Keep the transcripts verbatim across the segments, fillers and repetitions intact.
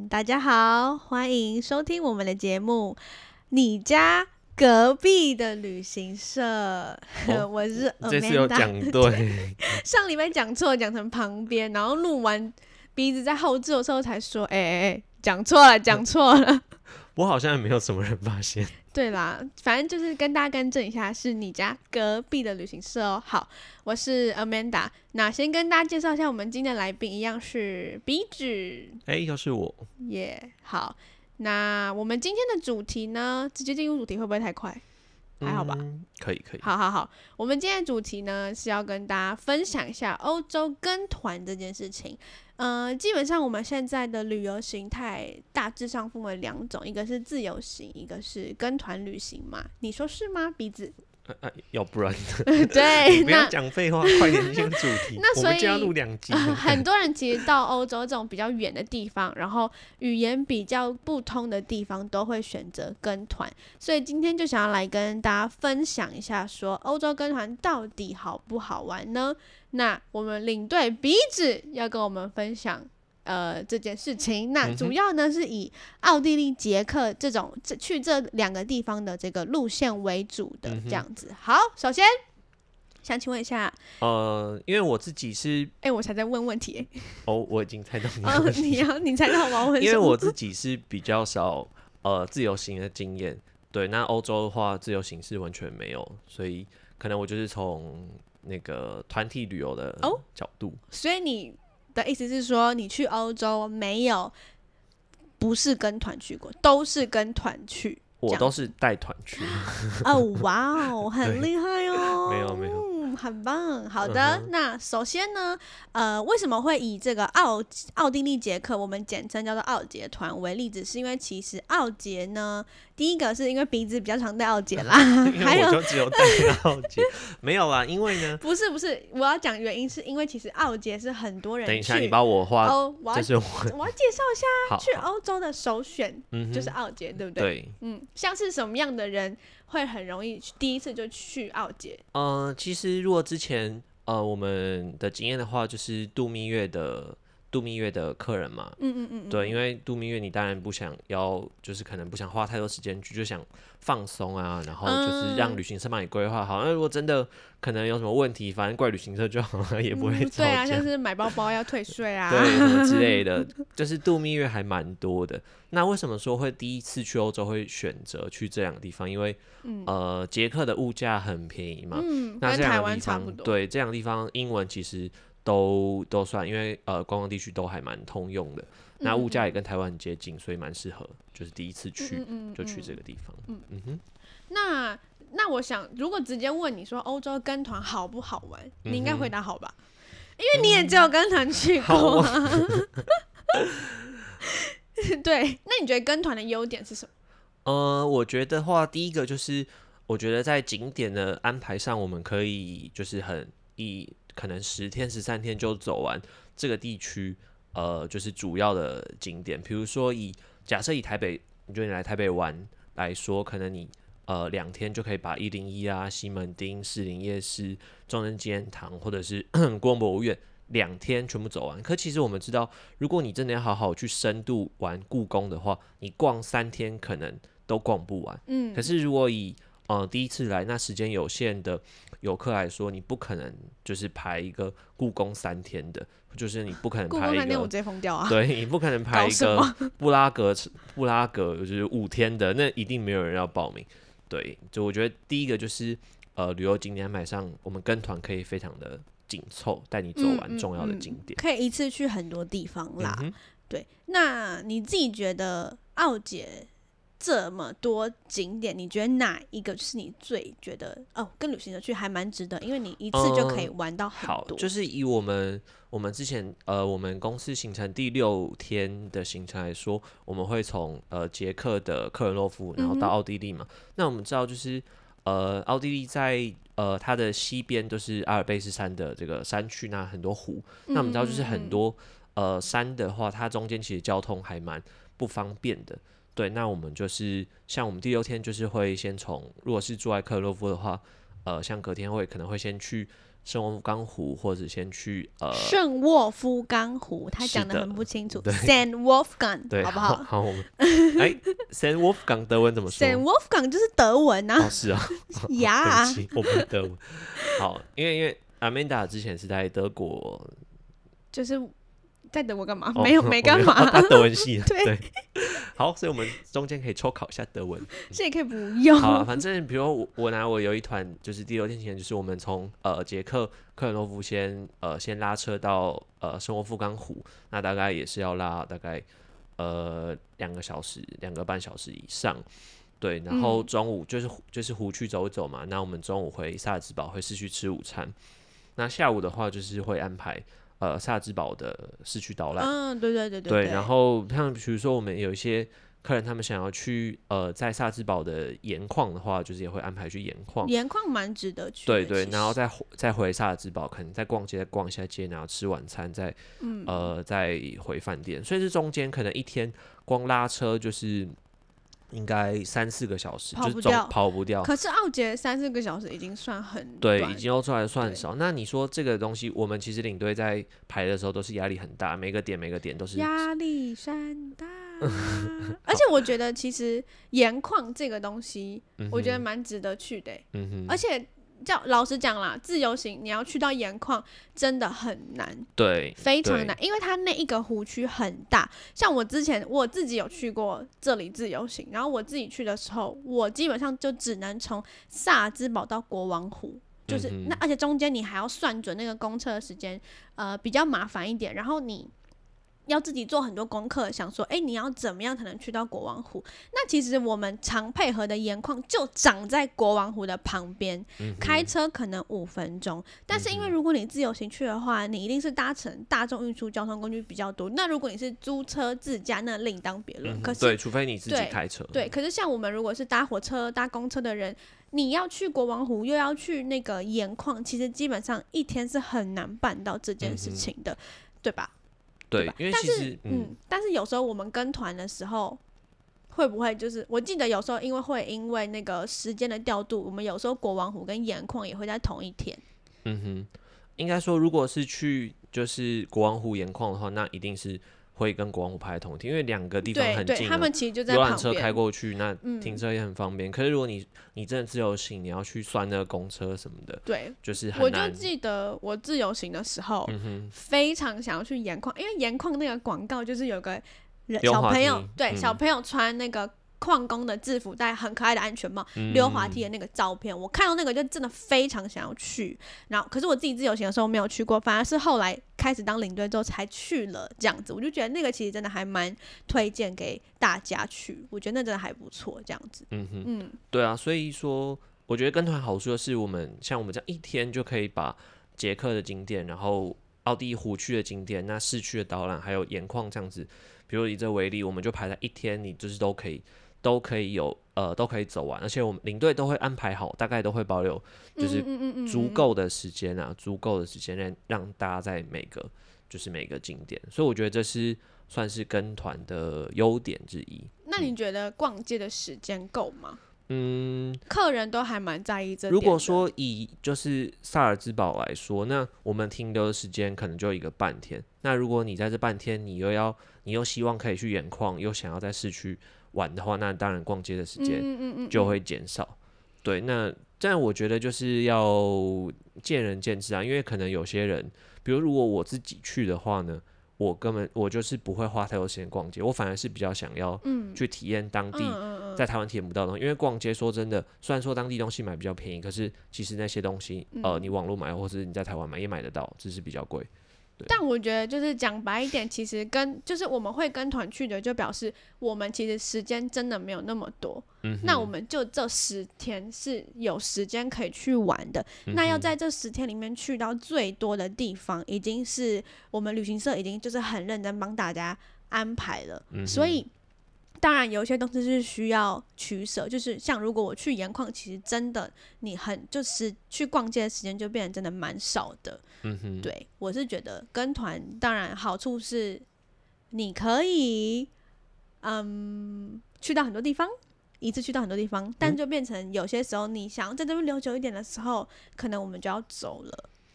大家好，欢迎收听我们的节目《你家隔壁的旅行社》哦。我是 Amanda， 这次有讲对， 上礼拜讲错，讲成旁边，然后录完鼻子在后置的时候才说，哎哎哎，讲错了，讲错了。 我好像也没有什么人发现。 对啦，反正就是跟大家更正一下，是你家隔壁的旅行社哦。好，我是 Amanda， 那先跟大家介绍一下，我们今天的来宾一样是鼻子。 哎、欸，又是我。 耶、yeah, 好，那我们今天的主题呢，直接进入主题会不会太快？还好吧、 嗯、可以可以。 好好好，我们今天的主题呢是要跟大家分享一下欧洲跟团这件事情。呃，基本上我们现在的旅游形态大致上分为两种，一个是自由行，一个是跟团旅行嘛。你说是吗，鼻子？ 啊啊、要不然对， 不要讲废话，快点进入主题。 那所以我们就要录两集、呃。 很多人其实到欧洲这种比较远的地方，然后语言比较不通的地方，都会选择跟团。所以今天就想要来跟大家分享一下，说欧洲跟团到底好不好玩呢？那我们领队鼻子要跟我们分享。呃，这件事情，那主要呢是以奥地利、捷克这种这去这两个地方的这个路线为主的这样子。好，首先想请问一下， 呃，因为我自己是， 哎、欸，我才在问问题、欸， 哦，我已经猜到你的问题、 哦，你要你猜到我要问什么？ 因为我自己是比较少呃自由行的经验，对，那欧洲的话自由行是完全没有，所以可能我就是从那个团体旅游的角度， 哦、所以你的意思是说，你去欧洲没有不是跟团去过，都是跟团去？ 我都是带团去。 哦，哇哦，很厉害哦！ 没有没有。 嗯，很棒。好的，嗯、那首先呢，呃，为什么会以这个奥奥地利捷克，我们简称叫做奥捷团为例子？是因为其实奥捷呢，第一个是因为鼻子比较常带奥捷啦， 还有我就只有带奥捷，没有啦，因为呢， 不是不是，我要讲原因是因为其实奥捷是很多人去。 等一下，你把我话， 哦，我这是我我要介绍一下，去欧洲的首选就是奥捷，对不对？ 对， 嗯，像是什么样的人会很容易第一次就去奥捷？ 呃，其实如果之前呃我们的经验的话，就是度蜜月的度蜜月的客人嘛， 嗯嗯嗯， 对，因为度蜜月你当然不想要，就是可能不想花太多时间去，就想放松啊，然后就是让旅行社帮你规划好。那、嗯、如果真的可能有什么问题，反正怪旅行社就好了，也不会吵架、 嗯。对啊，像是买包包要退税啊， 对，什么之类的，就是度蜜月还蛮多的。那为什么说会第一次去欧洲会选择去这两个地方？因为、嗯、呃，捷克的物价很便宜嘛， 嗯， 那跟台湾差不多。 对，这两个地方英文其实都都算，因为呃，观光地区都还蛮通用的。那物价也跟台湾很接近，所以蛮适合，就是第一次去、嗯嗯嗯、就去这个地方。嗯嗯哼。 那那我想，如果直接问你说欧洲跟团好不好玩，你应该回答好吧？因为你也只有跟团去过、啊。嗯对，那你觉得跟团的优点是什么？ 呃，我觉得话，第一个就是，我觉得在景点的安排上，我们可以就是很以可能十天、十三天就走完这个地区，呃，就是主要的景点。比如说以假设以台北，你就你来台北玩来说，可能你呃两天就可以把一零一啊、西门町、士林夜市、中正纪念堂或者是故宫博物院。两天全部走完，可其实我们知道，如果你真的要好好去深度玩故宫的话，你逛三天可能都逛不完。嗯，可是如果以呃第一次来那时间有限的游客来说，你不可能就是排一个故宫三天的，就是你不可能排一个故宫三天我直接疯掉啊！ 对，你不可能排一个布拉格布拉格就是五天的，那一定没有人要报名。对，就我觉得第一个就是呃旅游景点安排上，我们跟团可以非常的紧凑，带你走完重要的景点、 嗯嗯嗯，可以一次去很多地方啦。嗯、对，那你自己觉得奥捷这么多景点，你觉得哪一个是你最觉得哦，跟旅行社去还蛮值得？因为你一次就可以玩到很多。 嗯、好，就是以我们我们之前呃我们公司行程第六天的行程来说，我们会从呃捷克的克尔诺夫，然后到奥地利嘛。嗯、那我们知道就是呃奥地利在呃，它的西边都是阿尔卑斯山的这个山区，那很多湖。那我们知道，就是很多呃山的话，它中间其实交通还蛮不方便的。对，那我们就是像我们第六天就是会先从，如果是住在克洛夫的话，呃，像隔天会可能会先去圣沃夫冈湖，或者先去呃圣沃夫冈湖，他讲的很不清楚 ，Saint Wolfgang， 对， 好不好？ 好，好我们哎 ，Saint Wolfgang 德文怎么说 ？Saint Wolfgang 就是德文啊。 哦，是啊， 呀， 对不起，我不会德文。好，因为因为 Amanda 之前是在德国， 就是在德国干嘛？ 哦、 没有，没干嘛。 哦、他德文系对对。好，所以我们中间可以抽考一下德文。 这也可以不用。 好、啊，反正比如我我拿我有一团，就是第六天前，就是我们从呃捷克克尔诺夫先呃先拉车到呃圣沃夫冈湖，那大概也是要拉大概呃两个小时，两个半小时以上。对，然后中午就是就是湖区走一走嘛，那我们中午回萨尔茨堡会市区吃午餐，那下午的话就是会安排呃萨尔茨堡的市区导览， 嗯，对对对对对，然后像比如说我们有一些客人他们想要去呃在萨尔茨堡的盐矿的话，就是也会安排去盐矿， 盐矿蛮值得去的， 对对，然后再再回萨尔茨堡，可能再逛街再逛一下街，然后吃晚餐，再、嗯、呃再回饭店，所以这中间可能一天光拉车就是应该三四个小时， 跑不掉，就是跑不掉。 可是奥捷三四个小时已经算很对，已经都出来算少。那你说这个东西，我们其实领队在排的时候都是压力很大，每个点每个点都是压力山大。而且我觉得其实盐矿这个东西，嗯、我觉得蛮值得去的、欸。嗯哼，而且。叫老实讲啦，自由行你要去到盐矿真的很难， 对， 非常难，因为它那一个湖区很大。像我之前我自己有去过这里自由行，然后我自己去的时候，我基本上就只能从萨尔兹堡到国王湖，就是、嗯、那而且中间你还要算准那个公车的时间，呃，比较麻烦一点。然后你要自己做很多功课，想说，哎、欸，你要怎么样才能去到国王湖？那其实我们常配合的盐矿就长在国王湖的旁边、嗯，开车可能五分钟。但是因为如果你自由行去的话，你一定是搭乘大众运输交通工具比较多。那如果你是租车自驾，那另当别论、嗯。可是对，除非你自己开车。 对，对可是像我们如果是搭火车、搭公车的人，你要去国王湖又要去那个盐矿，其实基本上一天是很难办到这件事情的，嗯、对吧？ 对，因为其实嗯，嗯，但是有时候我们跟团的时候，会不会就是我记得有时候因为会因为那个时间的调度，我们有时候国王湖跟盐矿也会在同一天。 嗯哼，应该说如果是去就是国王湖盐矿的话，那一定是会跟国王湖排在同一天，因为两个地方很近、啊， 对对，他们其实就在旁边， 游览车开过去，那停车也很方便。嗯、可是如果你你真的自由行，你要去算那个公车什么的， 对， 就是很难。我就记得我自由行的时候，嗯、非常想要去盐矿，因为盐矿那个广告就是有个小朋友，对、嗯，小朋友穿那个矿工的制服，戴很可爱的安全帽，溜、嗯、滑梯的那个照片，我看到那个就真的非常想要去。然后，可是我自己自由行的时候没有去过，反而是后来开始当领队之后才去了这样子。我就觉得那个其实真的还蛮推荐给大家去，我觉得那真的还不错这样子。 嗯哼，嗯，对啊，所以说我觉得跟团好处的是，我们像我们这样一天就可以把捷克的景点，然后奥地利湖区的景点，那市区的导览，还有盐矿这样子，比如以这为例，我们就排在一天，你就是都可以。都可以有呃，都可以走完，而且我们领队都会安排好，大概都会保留就是足够的时间啊，足够的时间让让大家在每个就是每个景点，所以我觉得这是算是跟团的优点之一。 那你觉得逛街的时间够吗？嗯，客人都还蛮在意这点的。 如果说以就是萨尔兹堡来说，那我们停留的时间可能就一个半天。那如果你在这半天，你又要你又希望可以去盐矿，又想要在市区玩的话，那当然逛街的时间就会减少。嗯嗯嗯嗯对，那但我觉得就是要见仁见智啊，因为可能有些人，比如如果我自己去的话呢，我根本我就是不会花太多时间逛街，我反而是比较想要去体验当地在台湾体验不到的东西。因为逛街说真的，虽然说当地东西买比较便宜，可是其实那些东西呃，你网络买或者你在台湾买也买得到，只是比较贵。 但我觉得就是讲白一点，其实跟就是我们会跟团去的，就表示我们其实时间真的没有那么多。嗯，那我们就这十天是有时间可以去玩的。嗯、那要在这十天里面去到最多的地方，已经是我们旅行社已经就是很认真帮大家安排了。嗯、所以当然有一些东西是需要取舍，就是像如果我去盐矿，其实真的你很就是去逛街的时间就变得真的蛮少的。嗯哼，对，我是觉得跟团当然好处是你可以嗯去到很多地方，一次去到很多地方，但就变成有些时候你想要在这边留久一点的时候，可能我们就要走了。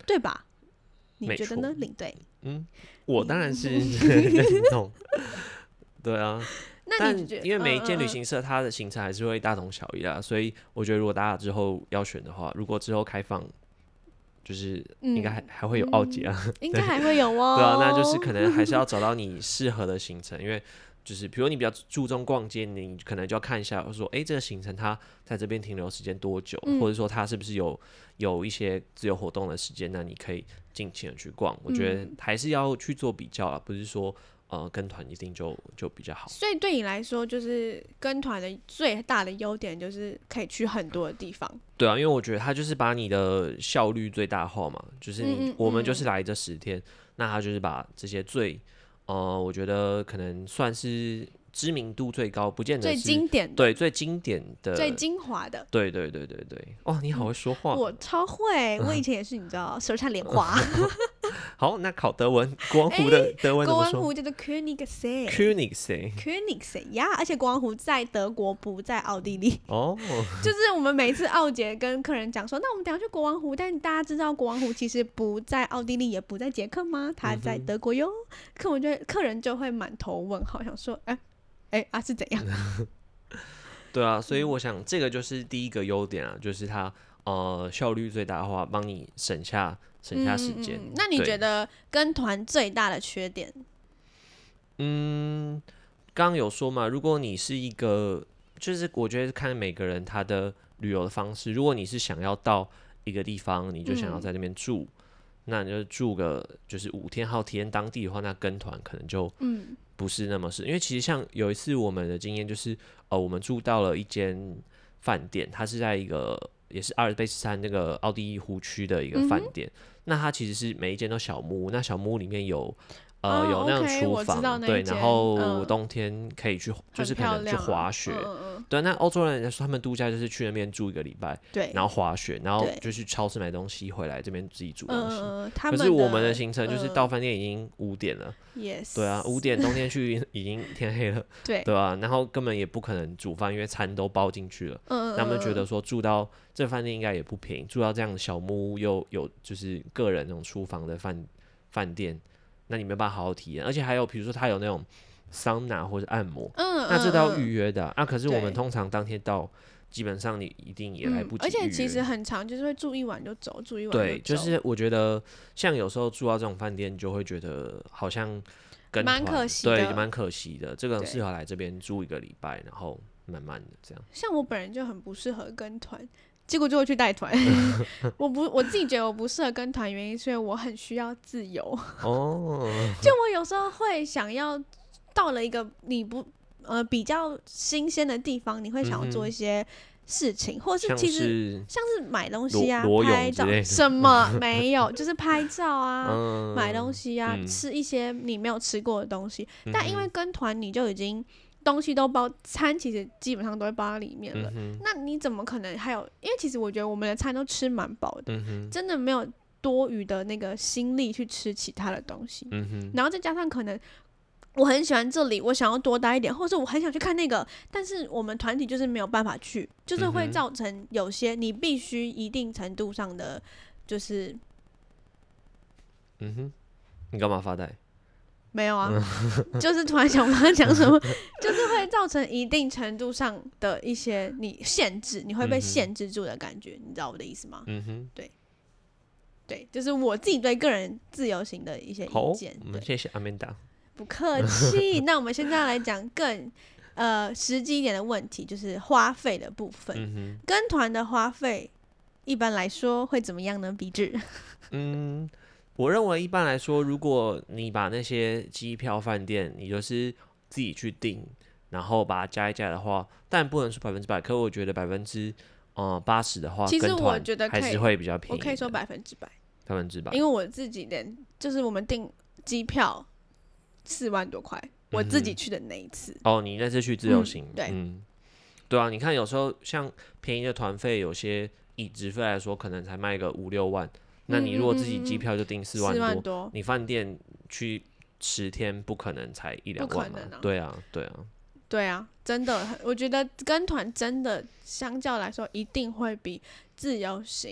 对吧？你没觉得呢， 错领队？ 嗯，我当然是认同。对啊，但那你觉得， 因为每一嗯嗯嗯， 间旅行社它的行程还是会大同小异啦，所以我觉得如果大家之后要选的话，如果之后开放，就是应该还嗯还会有奥捷啊， 嗯，应对该还会有对啊，那就是哦。 可能还是要找到你适合的行程，因为就是比如你比较注重逛街，你可能就要看一下说，哎、这个行程它在这边停留时间多久，或嗯者说它是不是有有一些自由活动的时间，那你可以尽情的去逛。我觉得嗯， 还是要去做比较啊，不是说呃跟团一定就就比较好。 所以对你来说，就是跟团的最大的优点就是可以去很多的地方。 对啊，因为我觉得它就是把你的效率最大化嘛，就是你嗯嗯我们就是嗯， 来这十天，那它就是把这些最呃，我觉得可能算是知名度最高，不见得最是经典的、 对最经典最的， 精华的。 对对对对对。哦，你好会说话。 我超会，我以前也是，你知道，舌灿莲花。 好，那考德文，国王湖的德文怎国么说王湖叫做 Königssee。 ？Königsee。 Königssee 呀，而且国王湖在德国，不在奥地利。 哦， 就是我们每次奥杰跟客人讲说，那我们等一下去国王湖，但大家知道国王湖其实不在奥地利，也不在捷克吗？它在德国哟。客人就客人就会满头问号，想说，哎、哎、啊是怎样？ 对啊，所以我想这个就是第一个优点啊，就是它呃效率最大化，帮你省下省下时间。 嗯嗯嗯。那你对觉得跟团最大的缺点？ 嗯，刚刚有说嘛，如果你是一个，就是我觉得看每个人他的旅游的方式。如果你是想要到一个地方，你就想要在那边住，那你就住个就是五天，好体验当地的话，那跟团可能就嗯不是那么是。因为其实像有一次我们的经验就是，呃，我们住到了一间饭店，它是在一个也是阿尔卑斯山那个奥地利湖区的一个嗯饭店。那它其实是每一间都小木屋，那小木屋里面有呃， 哦有那种 OK， 厨我知道房，对， 那一间然后嗯冬天可以去，就是很可能去漂亮啊滑雪。 嗯嗯对，那欧洲人来说，他们度假就是去那边住一个礼拜， 对， 然后滑雪，然后对就去超市买东西，回来这边自己煮东西。 嗯嗯，他们可是我们的行程就是到嗯饭店已经五点了， yes， 对啊，五点冬天去已经天黑了， 对， 对啊，然后根本也不可能煮饭，因为餐都包进去了。 嗯嗯， 那他们觉得嗯说住到这饭店应该也不便宜，住到这样的小木屋又有就是个人那种厨房的饭饭店，那你没办法好好体验。而且还有比如说它有那种桑拿或者按摩， 嗯， 那这都要嗯预约的啊。啊可是我们对通常当天到，基本上你一定也来嗯， 不及预约。 而且其实很长，就是会住一晚就走，住一晚对， 就走就是我觉得像有时候住到这种饭店，你就会觉得好像跟蛮团可惜的对，蛮可惜的。这个很对适合来这边住一个礼拜，然后慢慢的这样。 像我本人就很不适合跟团，结果就会去带团。我不，我自己觉得我不适合跟团，原因是因为我很需要自由。 哦， 就我有时候会想要到了一个你不呃比较新鲜的地方，你会想要做一些事情，或是像其实是像是买东西啊、 裸裸泳拍照之类的什么没有，就是拍照啊。 嗯买东西啊， 嗯吃一些你没有吃过的东西，但因为嗯哼跟团你就已经东西都包，餐其实基本上都会包在里面了。 嗯哼那你怎么可能还有？因为其实我觉得我们的餐都吃蛮饱的， 嗯哼真的没有多余的那个心力去吃其他的东西。 嗯哼然后再加上可能我很喜欢这里，我想要多待一点，或者我很想去看那个，但是我们团体就是没有办法去，就是会嗯哼造成有些你必须一定程度上的，就是嗯哼，你干嘛发呆？ 没有啊，就是突然想不到讲什么，就是会造成一定程度上的一些你限制，你会被嗯哼限制住的感觉，你知道我的意思吗？ 嗯哼， 对，就是我自己对个人自由行的一些好意见。，对， 我们谢谢阿曼达。 不客气。那我们现在来讲更呃实际一点的问题，就是花费的部分。 嗯跟团的花费一般来说会怎么样呢？笔智， 哼，嗯，我认为一般来说，如果你把那些机票、饭店，你就是自己去订，然后把它加一加的话，但不能说百分之百，可我觉得百分之呃八十的话， 其实我跟团觉得可以还是会比较便宜的。 我可以说百分之百， 百分之百， 因为我自己连就是我们订机票四万多块，我自己去的那一次。 哦，你那次去自由行， 嗯对嗯，对啊，你看有时候像便宜的团费，有些以直飞来说，可能才卖个五六万，那你如果自己机票就订四万四多， 万多， 你饭店去十天不可能才一两万嘛？ 不可能啊对啊，对啊， 对啊，真的很，我觉得跟团真的相较来说，一定会比自由行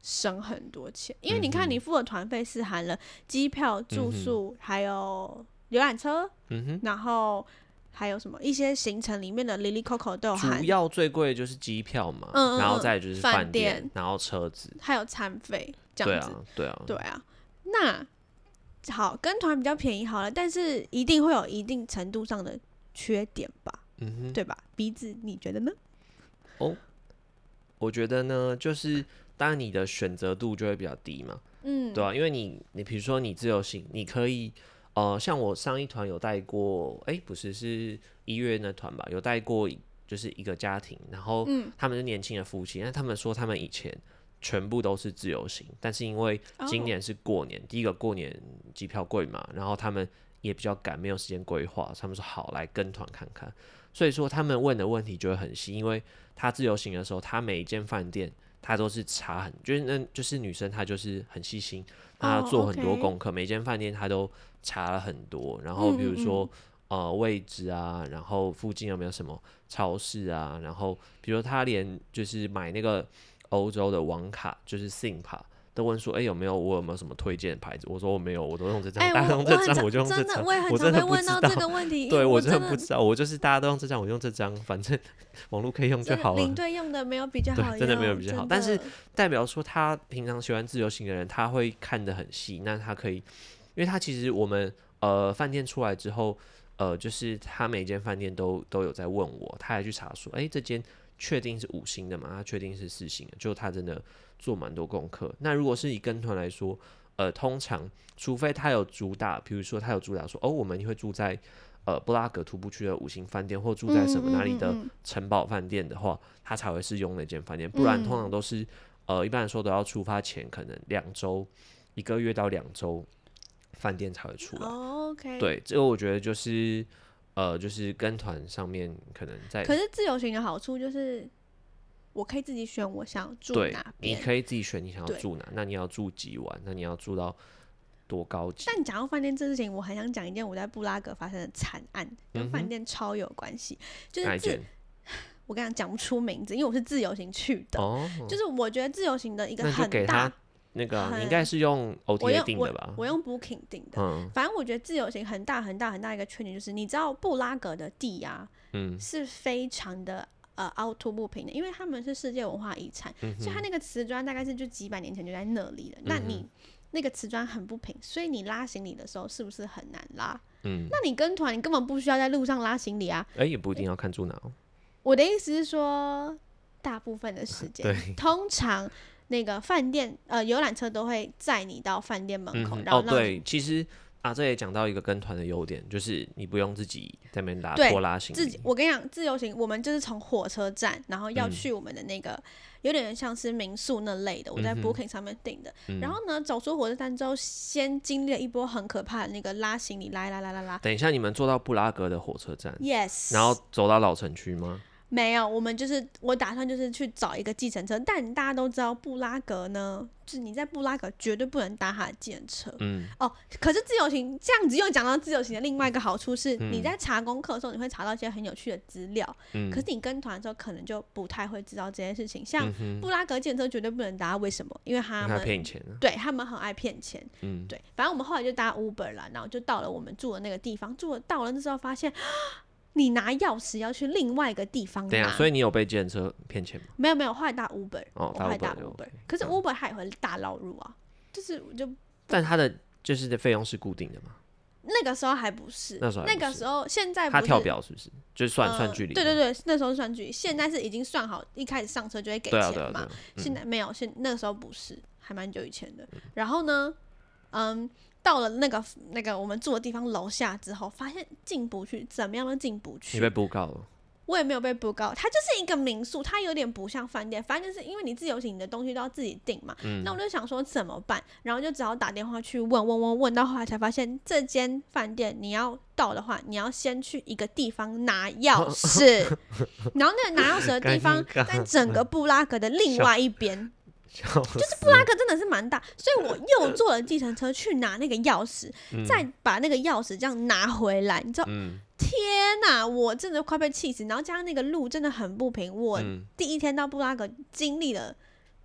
省很多钱，因为你看你付的团费是含了机票、住宿，嗯、还有游览车，嗯、然后还有什么一些行程里面的 Lily Coco 都有含。 主要最贵的就是机票嘛，嗯嗯嗯然后再来就是饭店，然后车子， 还有餐费，这样子。 对啊， 对啊，对啊。那好，跟团比较便宜好了，但是一定会有一定程度上的缺点吧，嗯哼，对吧？鼻子，你觉得呢？ 哦，我觉得呢，就是当然你的选择度就会比较低嘛，嗯，对啊，因为你你比如说你自由行，你可以呃，像我上一团有带过，哎、欸，不是是一月那团吧，有带过就是一个家庭，然后他们是年轻的夫妻，但他们说他们以前全部都是自由行，但是因为今年是过年， oh. 第一个过年机票贵嘛，然后他们也比较赶，没有时间规划，他们说好来跟团看看，所以说他们问的问题就会很细，因为他自由行的时候，他每一间饭店他都是查很，就是那就是女生她就是很细心，她做很多功课， oh, okay. 每间饭店她都查了很多，然后比如说。嗯嗯呃，位置啊，然后附近有没有什么超市啊？然后，比如他连就是买那个欧洲的网卡，就是 SIM 卡，都问说，哎、欸，有没有我有没有什么推荐的牌子？我说我没有，我都用这张， 欸、 大家用这张，我就用这张。 我也很常被问到这个问题， 对我真的不知道，我就是大家都用这张，我用这张，反正网络可以用就好了。 领队用的没有比较好用， 真的没有比较好。但是代表说他平常喜欢自由行的人，他会看得很细，那他可以，因为他其实我们呃饭店出来之后。呃，就是他每间饭店都都有在问我，他还去查说，哎、欸，这间确定是五星的吗？他确定是四星的，就他真的做蛮多功课。那如果是以跟团来说，呃，通常除非他有主打，比如说他有主打说，哦，我们会住在呃布拉格徒步区的五星饭店，或住在什么哪里的城堡饭店的话，他才会是用那间饭店。不然通常都是呃，一般来说都要出发前可能两周、一个月到两周。饭店才会出来。 Oh, OK。 对，这个我觉得就是呃，就是跟团上面可能在。 可是自由行的好处就是，我可以自己选我想住哪边。 你可以自己选你想要住哪，那你要住几晚？那你要住到多高级？ 但讲到饭店这事情，我很想讲一件我在布拉格发生的惨案，跟饭店超有关系。嗯、就是自我跟你讲讲不出名字，因为我是自由行去的。哦。就是我觉得自由行的一个很大。 那个、啊、你应该是用 O T A 订的吧？ 我, 我, 我用 Booking 订的、嗯。反正我觉得自由行很大很大很大一个缺点就是，你知道布拉格的地啊，嗯、是非常的呃凹凸不平的，因为他们是世界文化遗产，嗯、所以它那个瓷砖大概是就几百年前就在那里了。嗯、那你那个瓷砖很不平，所以你拉行李的时候是不是很难拉？嗯。那你跟团，你根本不需要在路上拉行李啊。 哎、欸，也不一定要看住哪哦。 我的意思是说，大部分的时间，通常。那个饭店呃游览车都会载你到饭店门口，嗯、然后哦对，其实啊这也讲到一个跟团的优点，就是你不用自己在那边拉拖拉行李。 自己我跟你讲，自由行我们就是从火车站，然后要去我们的那个、嗯、有点像是民宿那类的，我在 Booking 上面订的。嗯、然后呢，走出火车站之后，先经历了一波很可怕的那个拉行李，拉拉拉拉拉。 等一下，你们坐到布拉格的火车站 ，Yes， 然后走到老城区吗？ 没有，我们就是我打算就是去找一个计程车，但大家都知道布拉格呢，就是你在布拉格绝对不能搭他的计程车。嗯，哦，可是自由行这样子又讲到自由行的另外一个好处是，嗯、你在查功课的时候，你会查到一些很有趣的资料。嗯，可是你跟团的时候可能就不太会知道这件事情。像布拉格计程车绝对不能搭，为什么？因为他们骗钱、啊， 对他们很爱骗钱。嗯，对，反正我们后来就搭 Uber 啦，然后就到了我们住的那个地方，住了到了那时候发现。你拿钥匙要去另外一个地方拿， 对啊，所以你有被计程车骗钱吗？ 没有没有，后来搭 Uber，、 哦、 我后来搭 Uber，、okay、可是 Uber 它也会大捞入啊，就是我就， 但它的就是的费用是固定的吗？ 那个时候还不是， 那时候还不是那个时候现在他跳表是不是？就是算、呃、算距离？ 对对对，那时候是算距离，现在是已经算好，一开始上车就会给钱嘛。对啊对啊对啊嗯、现在没有，现那个时候不是，还蛮久以前的。嗯、然后呢，嗯。到了那个那个我们住的地方楼下之后，发现进不去，怎么样都进不去。 你被布告了？ 我也没有被布告，它就是一个民宿，它有点不像饭店。反正就是因为你自由行，你的东西都要自己订嘛。嗯、那我就想说怎么办，然后就只好打电话去问问问问，到后来才发现，这间饭店你要到的话，你要先去一个地方拿钥匙，然后那个拿钥匙的地方在整个布拉格的另外一边。就是布拉格真的是蛮大，所以我又坐了计程车去拿那个钥匙，嗯、再把那个钥匙这样拿回来，你知道？嗯、天哪，我真的快被气死！然后加上那个路真的很不平，我第一天到布拉格经历了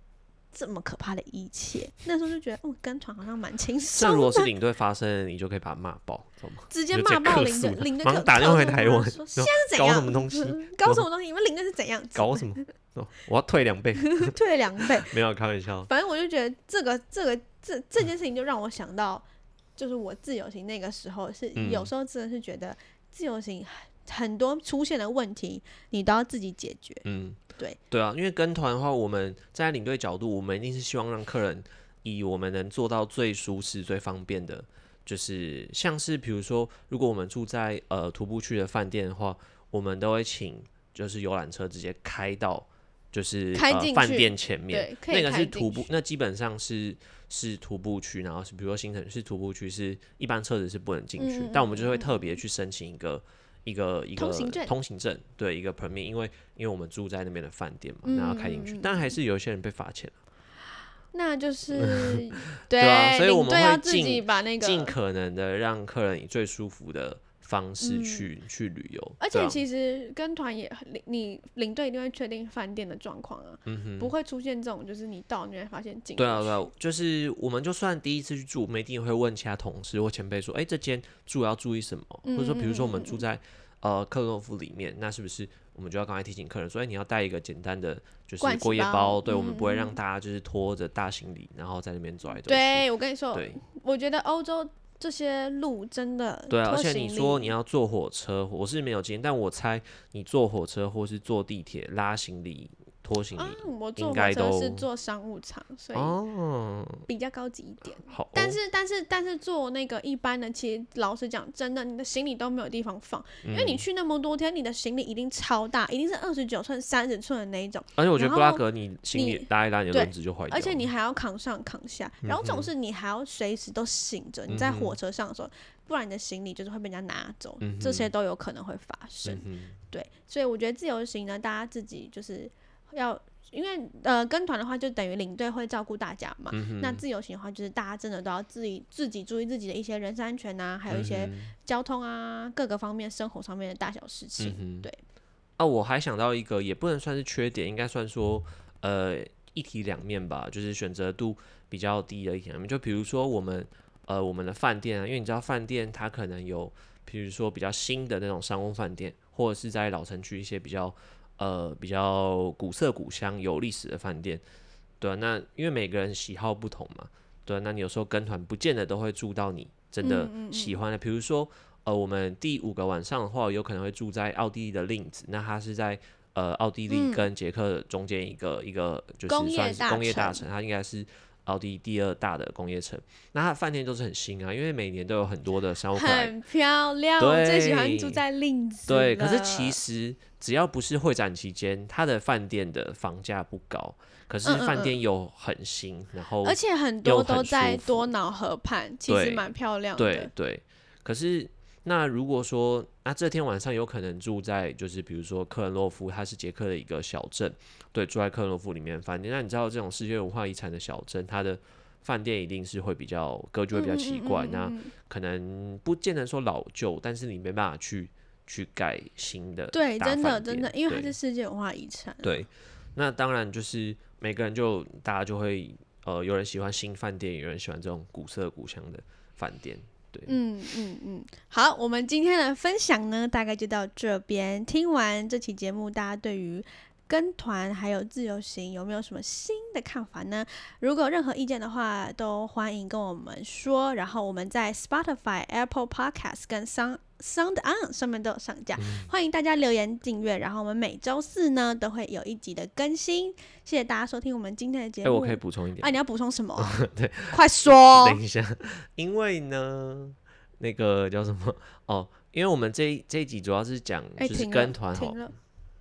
这么可怕的一切。那时候就觉得，嗯，跟团好像蛮轻松的。 这如果是领队发生，你就可以把他骂爆，知道吗？ 直接骂爆领队，领队马上打电话回台湾， 说现在是怎样？ 搞什么东西？ 搞什么东西？你们领队是怎样？ 搞什么？哦、我要退两倍， 退了两倍。 没有开玩笑。 反正我就觉得这个这个这这件事情就让我想到，就是我自由行那个时候是、嗯、有时候真的是觉得自由行很多出现的问题，你都要自己解决。嗯，对对啊，因为跟团的话，我们在领队角度，我们一定是希望让客人以我们能做到最舒适、最方便的，就是像是比如说，如果我们住在呃徒步区的饭店的话，我们都会请就是游览车直接开到。就是呃饭店前面， 那个是徒步，那基本上是是徒步区，然后是比如说行程是徒步区，是一般车子是不能进去，嗯、但我们就会特别去申请一个一个一个通行证， 通行证，对，一个 permit， 因为因为我们住在那边的饭店嘛，然后开进去，嗯、但还是有一些人被罚钱了。 那就是对啊，所以我们会尽把那个尽可能的让客人以最舒服的方式去、嗯、去旅游， 而且其实跟团也，你领队一定会确定饭店的状况啊、嗯，不会出现这种就是你到你会发现进。 对啊对啊，就是我们就算第一次去住，我们一定会问其他同事或前辈说，哎、欸，这间住要注意什么？嗯、或者说，比如说我们住在呃克洛夫里面，那是不是我们就要赶快提醒客人说，哎、欸，你要带一个简单的就是过夜包？对，我们不会让大家就是拖着大行李，然后在那边走来走去。 对，我跟你说，我觉得欧洲。这些路真的对啊，而且你说你要坐火车，我是没有经验，但我猜你坐火车或是坐地铁拉行李、拖行李， 啊、我坐火车是坐商务舱，所以比较高级一点。 好、哦， 但是但是但是坐那个一般的，其实老实讲，真的你的行李都没有地方放，嗯、因为你去那么多天，你的行李一定超大，一定是二十九寸、三十寸的那一种。 而且我觉得布拉格你行李拉一拉，你的轮子就坏掉， 而且你还要扛上扛下，然后这种事你还要随时都醒着、嗯，你在火车上的时候，不然你的行李就是会被人家拿走，嗯、这些都有可能会发生。嗯、对，所以我觉得自由行呢，大家自己就是要。因为呃跟团的话就等于领队会照顾大家嘛、嗯，那自由行的话就是大家真的都要自己自己注意自己的一些人身安全啊，还有一些交通啊、嗯、各个方面生活上面的大小事情。嗯、对。 啊，我还想到一个，也不能算是缺点，应该算说呃一体两面吧，就是选择度比较低的一体两面。就比如说我们呃我们的饭店啊，因为你知道饭店它可能有，比如说比较新的那种商务饭店，或者是在老城区一些比较。呃，比较古色古香、有历史的饭店，对啊，那因为每个人喜好不同嘛，对啊，那你有时候跟团不见得都会住到你真的喜欢的。比、嗯嗯嗯、如说，呃，我们第五个晚上的话，有可能会住在奥地利的令子，那它是在呃奥地利跟捷克中间一个、嗯、一个就是算是工业大城，它应该是奥地利第二大的工业城。那它的饭店都是很新啊，因为每年都有很多的商务客来， 很漂亮。我最喜欢住在令子。 对，可是其实。只要不是会展期间，它的饭店的房价不高，可是饭店又很新，嗯嗯嗯然后而且很多都在多瑙河畔，其实蛮漂亮的。 对对，可是那如果说那这天晚上有可能住在就是比如说克伦洛夫，它是捷克的一个小镇，对，住在克伦洛夫里面的饭店，那你知道这种世界文化遗产的小镇，它的饭店一定是会比较格局会比较奇怪，嗯嗯嗯嗯那可能不见得说老旧，但是你没办法去。去盖新的对，真的真的，因为它是世界文化遗产。 对，那当然就是每个人就大家就会呃，有人喜欢新饭店，有人喜欢这种古色古香的饭店。对， 嗯嗯嗯，好，我们今天的分享呢，大概就到这边。听完这期节目，大家对于跟团还有自由行有没有什么新的看法呢？如果有任何意见的话，都欢迎跟我们说。然后我们在 Spotify、Apple Podcast 跟 Sound Sound On 上面都有上架、嗯，欢迎大家留言订阅。然后我们每周四呢都会有一集的更新。谢谢大家收听我们今天的节目。 哎、欸，我可以补充一点。 啊，你要补充什么、啊？对，快说。 等一下，因为呢，那个叫什么？哦，因为我们这一这一集主要是讲就是跟团好。 欸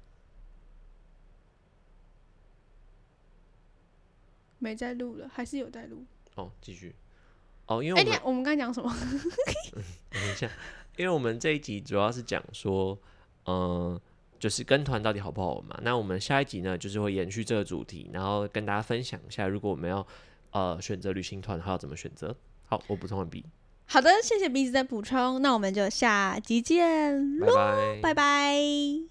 没在录了，还是有在录？ 哦，继续。哦，因为我们、 欸、我们刚才讲什么、 嗯？等一下，因为我们这一集主要是讲说，嗯、呃，就是跟团到底好不好玩嘛。那我们下一集呢，就是会延续这个主题，然后跟大家分享一下，如果我们要呃选择旅行团，还要怎么选择。好，我补充完毕。 好的，谢谢彼此的补充，那我们就下集见喽，拜拜。拜拜。